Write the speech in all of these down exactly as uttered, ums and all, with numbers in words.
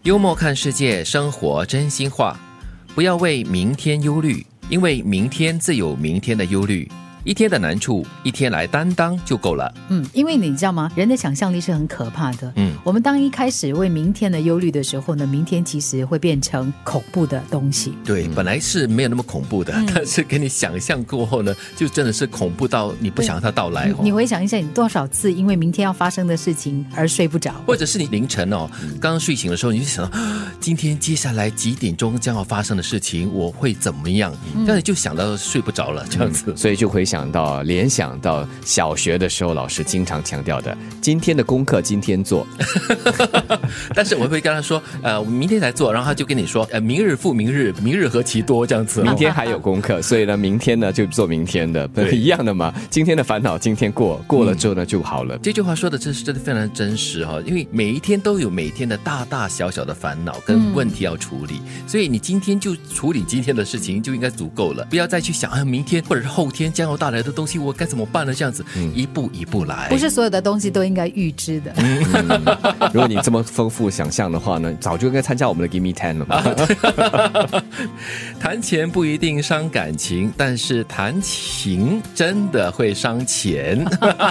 幽默看世界，生活真心话。不要为明天忧虑，因为明天自有明天的忧虑。一天的难处，一天来担当就够了。 嗯，因为你知道吗？人的想象力是很可怕的。嗯，我们当一开始为明天的忧虑的时候呢，明天其实会变成恐怖的东西。 对，嗯、本来是没有那么恐怖的，嗯、但是给你想象过后呢，就真的是恐怖到你不想它到来、哦。 你回想一下，你多少次因为明天要发生的事情而睡不着， 或者是你凌晨哦，嗯、刚刚睡醒的时候，你就想到今天接下来几点钟将要发生的事情，我会怎么样？嗯、这样你就想到睡不着了，这样子， 嗯、所以就回想到联想到小学的时候老师经常强调的今天的功课今天做但是我会跟他说呃，我明天才做，然后他就跟你说呃，明日复明日，明日何其多这样子， 明天还有功课，所以呢明天呢就做明天的，一样的嘛，今天的烦恼今天过，过了之后呢、嗯、就好了。 这句话说的真是真的非常真实哈、哦，因为每一天都有每天的大大小小的烦恼跟问题要处理、嗯、所以你今天就处理今天的事情就应该足够了，不要再去想啊明天或者是后天将要带来的东西我该怎么办呢？这样子、嗯、一步一步来， 不是所有的东西都应该预知的、 嗯、如果你这么丰富想象的话呢，早就应该参加我们的 Give Me Ten 了嘛。 谈钱不一定伤感情，但是谈情真的会伤钱。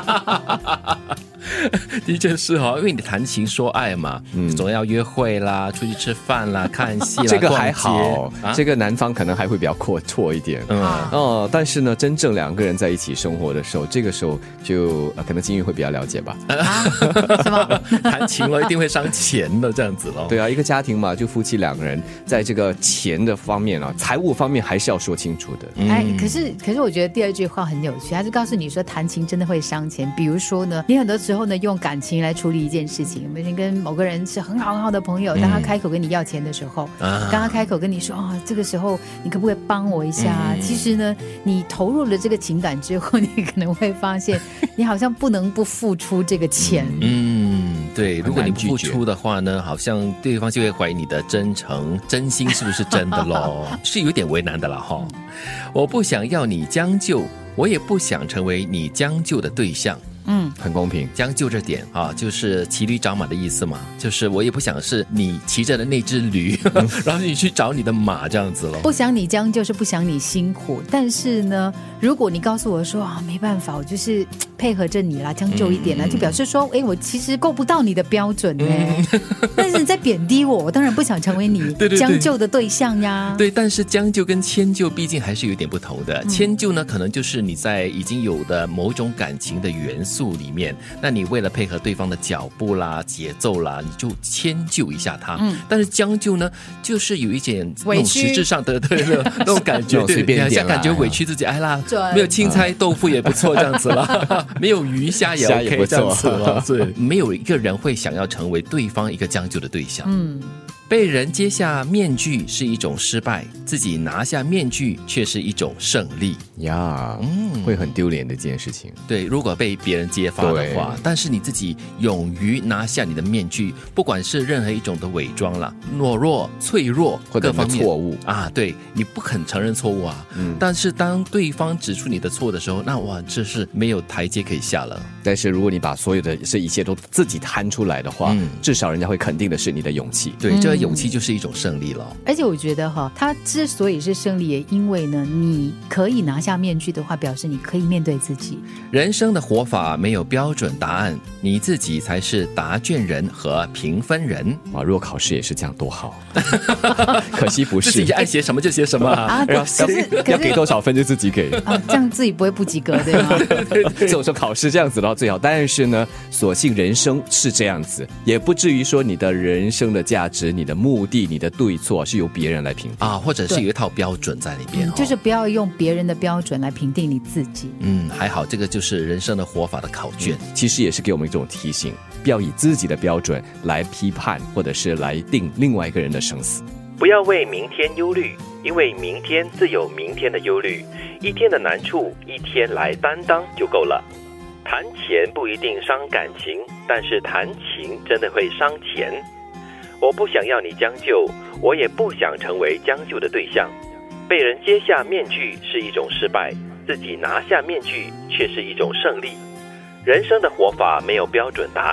的确是哦，因为你谈情说爱嘛，嗯，总要约会啦，出去吃饭啦，看戏啦， 这个还好、 啊、 这个男方可能还会比较阔绰一点，嗯哦，但是呢，真正两个人在一起生活的时候，这个时候就、呃、可能金玉会比较了解吧。 啊，什么？ 谈情了一定会伤钱的，这样子咯。 对啊，一个家庭嘛，就夫妻两个人在这个钱的方面啊，财务方面还是要说清楚的。 嗯、哎，可是可是我觉得第二句话很有趣，他就告诉你说谈情真的会伤钱。比如说呢，你很多时候呢用感情来处理一件事情，我们跟某个人是很好很好的朋友，当他开口跟你要钱的时候，嗯、当他开口跟你说啊、哦，这个时候你可不可以帮我一下、嗯？其实呢，你投入了这个情感之后，你可能会发现，你好像不能不付出这个钱。 嗯，对，如果你不付出的话呢，好像对方就会怀疑你的真诚、真心是不是真的咯，是有点为难的啦哈。我不想要你将就，我也不想成为你将就的对象。 嗯，很公平。 将就这点啊，就是骑驴找马的意思嘛，就是我也不想是你骑着的那只驴，嗯、然后你去找你的马这样子咯。 不想你将就，是不想你辛苦。但是呢，如果你告诉我说啊，没办法，我就是配合着你啦，将就一点啦，嗯、就表示说，哎，我其实够不到你的标准呢。嗯、但是你在贬低我，我当然不想成为你将就的对象呀。 对, 对, 对, 对，但是将就跟迁就毕竟还是有点不同的。嗯、迁就呢，可能就是你在已经有的某种感情的元素里面，那你为了配合对方的脚步啦、节奏啦，你就迁就一下他。嗯，但是将就呢，就是有一点那种实质上的对那种感觉， 随便点啦， 感觉委屈自己，哎啦，没有青菜豆腐也不错，这样子啦，没有鱼虾也 OK， 也这样子了。对，没有一个人会想要成为对方一个将就的对象。嗯。被人揭下面具是一种失败，自己拿下面具却是一种胜利呀，嗯，会很丢脸的一件事情。 对，如果被别人揭发的话，但是你自己勇于拿下你的面具，不管是任何一种的伪装啦、懦弱、脆弱或者各方面错误啊，对，你不肯承认错误啊。嗯，但是当对方指出你的错的时候，那哇，这是没有台阶可以下了。 但是如果你把所有的这一切都自己摊出来的话，嗯、至少人家会肯定的是你的勇气。 对，这个勇气就是一种胜利了。 而且我觉得哈，他之所以是胜利，也因为呢，你可以拿下面具的话，表示你可以面对自己。 人生的活法没有标准答案，你自己才是答卷人和评分人。 哇，如果考试也是这样多好。可惜不是， 自己爱写什么就写什么啊。 可是要给多少分就自己给啊，这样自己不会不及格，对吗？ 对对对，所以我说考试这样子的话最好。但是呢，所幸人生是这样子，也不至于说你的人生的价值、你的目的、你的对错是由别人来评定啊，或者是有一套标准在里边、 嗯、就是不要用别人的标准来评定你自己。 嗯，还好，这个就是人生的活法的考卷、 嗯、其实也是给我们一种提醒，不要以自己的标准来批判或者是来定另外一个人的生死。 不要为明天忧虑，因为明天自有明天的忧虑。一天的难处，一天来担当就够了。谈钱不一定伤感情，但是谈情真的会伤钱。我不想要你将就，我也不想成为将就的对象。被人揭下面具是一种失败，自己拿下面具却是一种胜利。人生的活法没有标准答案，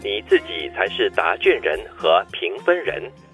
你自己才是答卷人和评分人。